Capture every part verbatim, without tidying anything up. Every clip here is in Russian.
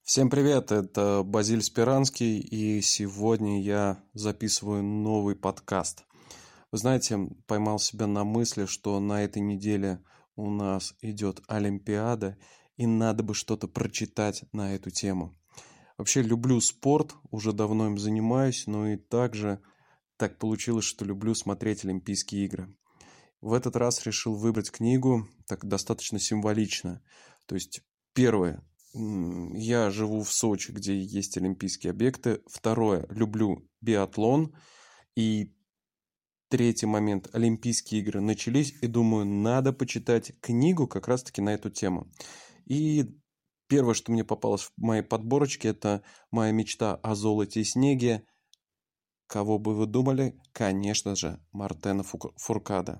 Всем привет, это Базиль Спиранский, и сегодня я записываю новый подкаст. Вы знаете, поймал себя на мысли, что на этой неделе у нас идет Олимпиада, и надо бы что-то прочитать на эту тему. Вообще люблю спорт, уже давно им занимаюсь, но и также так получилось, что люблю смотреть Олимпийские игры. В этот раз решил выбрать книгу, так достаточно символично. То есть, первое, м, я живу в Сочи, где есть олимпийские объекты. Второе, люблю биатлон. И третий момент, Олимпийские игры начались, и думаю, надо почитать книгу как раз-таки на эту тему. И первое, что мне попалось в моей подборочке, это «Моя мечта о золоте и снеге». Кого бы вы думали? Конечно же, Мартена Фук- Фуркада.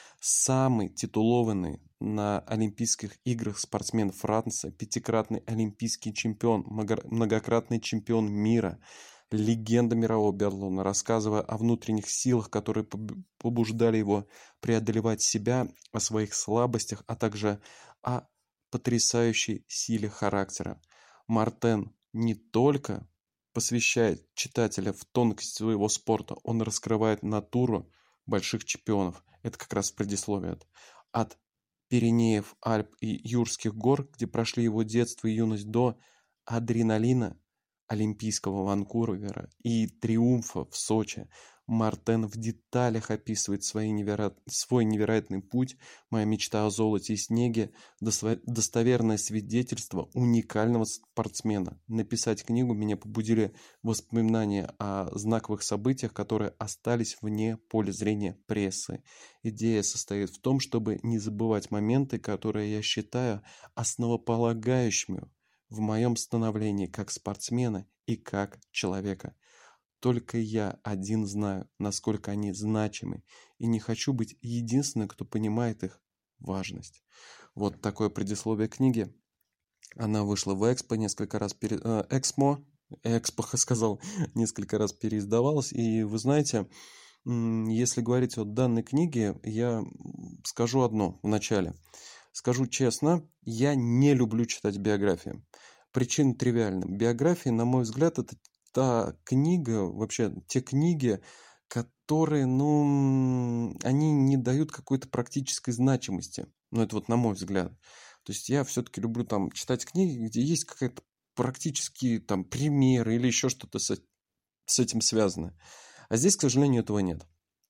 Самый титулованный на Олимпийских играх спортсмен Франции, пятикратный олимпийский чемпион, много- многократный чемпион мира, легенда мирового биатлона, рассказывая о внутренних силах, которые поб- побуждали его преодолевать себя, о своих слабостях, а также о потрясающей силе характера. Мартен не только посвящает читателя в тонкости своего спорта, он раскрывает натуру больших чемпионов. Это как раз предисловие. От Пиренеев, Альп и Юрских гор, где прошли его детство и юность, до адреналина олимпийского Ванкувера и триумфа в Сочи. Мартен в деталях описывает свои неверо... свой невероятный путь. «Моя мечта о золоте и снеге» — досво- достоверное свидетельство уникального спортсмена. Написать книгу меня побудили воспоминания о знаковых событиях, которые остались вне поля зрения прессы. Идея состоит в том, чтобы не забывать моменты, которые я считаю основополагающими в моем становлении как спортсмена и как человека. Только я один знаю, насколько они значимы, и не хочу быть единственным, кто понимает их важность. Вот такое предисловие книги. Она вышла в Экспо несколько раз пере... э, Эксмо, Экспо, сказал, несколько раз переиздавалась. И вы знаете, м, если говорить о данной книге, я м, скажу одно в начале. Скажу честно, я не люблю читать биографии. Причина тривиальна. Биографии, на мой взгляд, это та книга, вообще те книги, которые, ну, м, они не дают какой-то практической значимости. Ну, это вот на мой взгляд. То есть я все-таки люблю там читать книги, где есть какая-то практические там примеры или еще что-то с, с этим связано. А здесь, к сожалению, этого нет.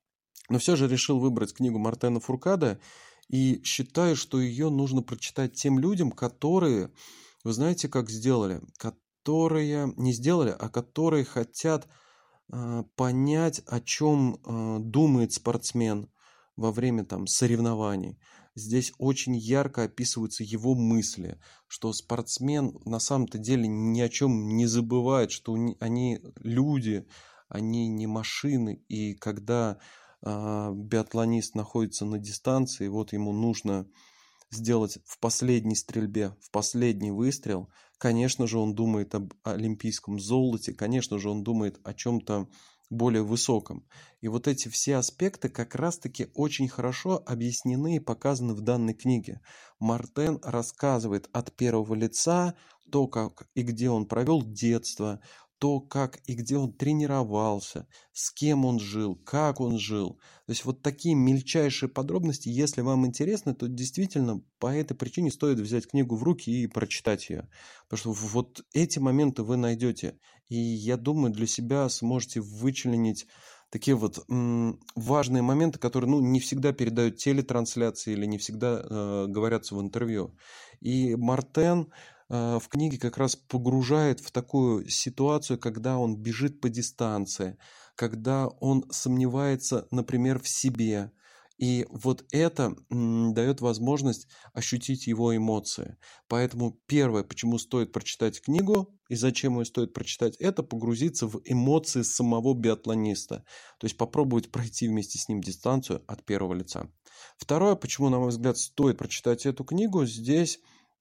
Но все же решил выбрать книгу Мартена Фуркада и считаю, что ее нужно прочитать тем людям, которые, вы знаете, как сделали, которые не сделали, а которые хотят э, понять, о чем э, думает спортсмен во время там соревнований. Здесь очень ярко описываются его мысли, что спортсмен на самом-то деле ни о чем не забывает, что уни- они люди, они не машины, и когда а, биатлонист находится на дистанции, вот ему нужно сделать в последней стрельбе, в последний выстрел, конечно же, он думает об олимпийском золоте, конечно же, он думает о чем-то более высоком. И вот эти все аспекты как раз-таки очень хорошо объяснены и показаны в данной книге. Мартен рассказывает от первого лица то, как и где он провел детство, то, как и где он тренировался, с кем он жил, как он жил. То есть вот такие мельчайшие подробности, если вам интересно, то действительно по этой причине стоит взять книгу в руки и прочитать ее. Потому что вот эти моменты вы найдете. И я думаю, для себя сможете вычленить такие вот м, важные моменты, которые ну, не всегда передают телетрансляции или не всегда э, говорятся в интервью. И Мартен э, в книге как раз погружает в такую ситуацию, когда он бежит по дистанции, когда он сомневается, например, в себе. И вот это м, дает возможность ощутить его эмоции. Поэтому первое, почему стоит прочитать книгу и зачем ее стоит прочитать, это погрузиться в эмоции самого биатлониста. То есть попробовать пройти вместе с ним дистанцию от первого лица. Второе, почему, на мой взгляд, стоит прочитать эту книгу, здесь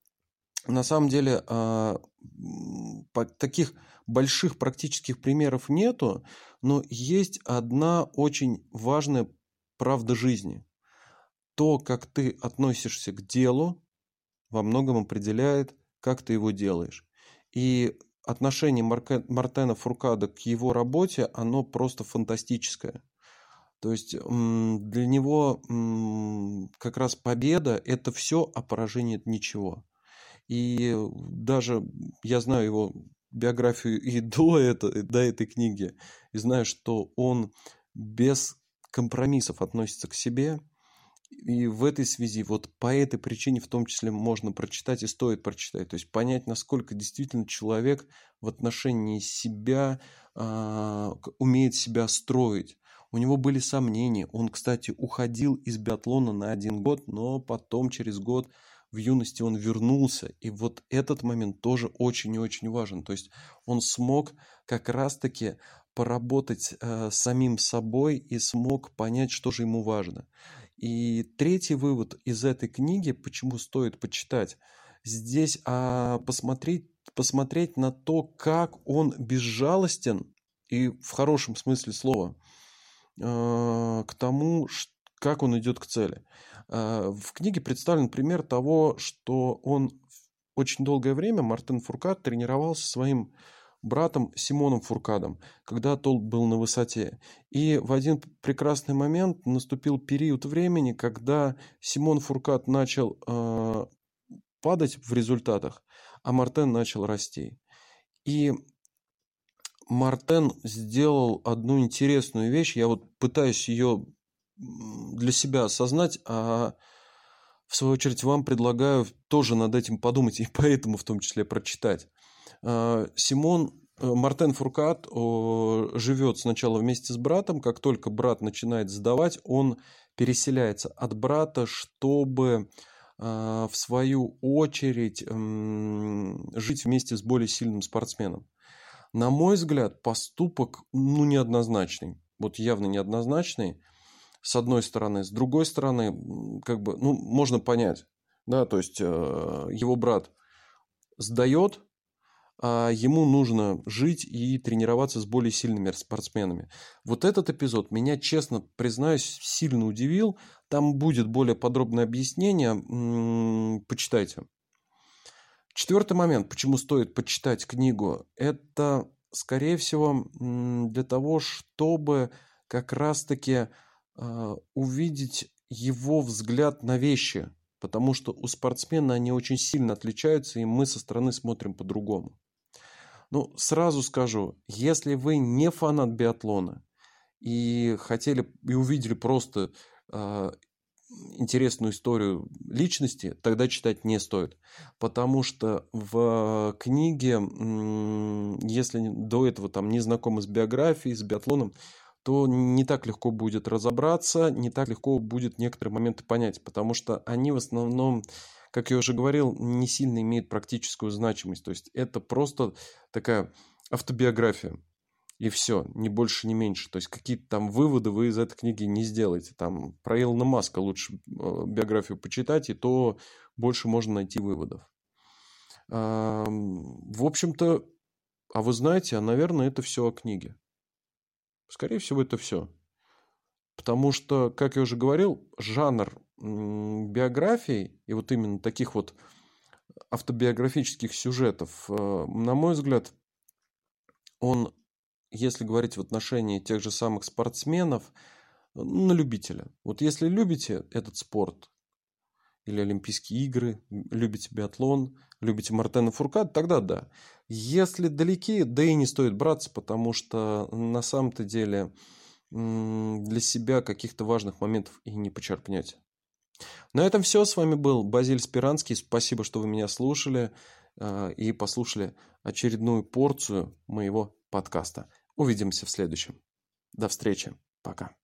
на самом деле а, м, по- таких больших практических примеров нету, но есть одна очень важная правда жизни. То, как ты относишься к делу, во многом определяет, как ты его делаешь. И отношение Марке- Мартена Фуркада к его работе, оно просто фантастическое. То есть м, для него м, как раз победа – это все, а поражение – это ничего. И даже я знаю его биографию и до, это, до этой книги, и знаю, что он без компромиссов относится к себе. И в этой связи, вот по этой причине в том числе можно прочитать и стоит прочитать. То есть понять, насколько действительно человек в отношении себя а, к- умеет себя строить. У него были сомнения. Он, кстати, уходил из биатлона на один год, но потом через год в юности он вернулся. И вот этот момент тоже очень и очень важен. То есть он смог как раз-таки поработать э, с самим собой и смог понять, что же ему важно. И третий вывод из этой книги, почему стоит почитать, здесь а, посмотреть, посмотреть на то, как он безжалостен, и в хорошем смысле слова, а, к тому, ш- как он идет к цели. А, В книге представлен пример того, что он очень долгое время, Мартен Фуркад, тренировался со своим братом Симоном Фуркадом, когда тот был на высоте. И в один прекрасный момент наступил период времени, когда Симон Фуркад начал э, падать в результатах, а Мартен начал расти. И Мартен сделал одну интересную вещь. Я вот пытаюсь ее для себя осознать, а в свою очередь вам предлагаю тоже над этим подумать и поэтому в том числе прочитать. А, Симон э, Мартен Фуркад о, живет сначала вместе с братом. Как только брат начинает сдавать, он переселяется от брата, чтобы а, в свою очередь м, жить вместе с более сильным спортсменом. На мой взгляд, поступок, ну, неоднозначный. Вот явно неоднозначный, с одной стороны. С другой стороны, м, как бы, ну, можно понять. Да, то есть, э, его брат сдает, а ему нужно жить и тренироваться с более сильными спортсменами. Вот этот эпизод меня, честно признаюсь, сильно удивил. Там будет более подробное объяснение. М, Почитайте. Четвертый момент, почему стоит почитать книгу, это, скорее всего, м, для того, чтобы как раз-таки а, увидеть его взгляд на вещи. Потому что у спортсмена они очень сильно отличаются, и мы со стороны смотрим по-другому. Ну, сразу скажу, если вы не фанат биатлона и хотели и увидели просто а, интересную историю личности, тогда читать не стоит. Потому что в книге, м, если до этого там не знакомы с биографией, с биатлоном, то не так легко будет разобраться, не так легко будет некоторые моменты понять, потому что они в основном, как я уже говорил, не сильно имеют практическую значимость. То есть это просто такая автобиография. И все, ни больше, ни меньше. То есть какие-то там выводы вы из этой книги не сделаете. Там про Илона Маска лучше э, биографию почитать, и то больше можно найти выводов. Ам, В общем-то, а вы знаете, а, наверное, это все о книге. Скорее всего, это все. Потому что, как я уже говорил, жанр м, биографий и вот именно таких вот автобиографических сюжетов, э, на мой взгляд, он, если говорить в отношении тех же самых спортсменов, на любителя. Вот если любите этот спорт или Олимпийские игры, любите биатлон, любите Мартена Фуркада, тогда да. Если далеки, да и не стоит браться, потому что на самом-то деле м, для себя каких-то важных моментов и не почерпнете. На этом все. С вами был Базиль Спиранский. Спасибо, что вы меня слушали э, и послушали очередную порцию моего подкаста. Увидимся в следующем. До встречи. Пока.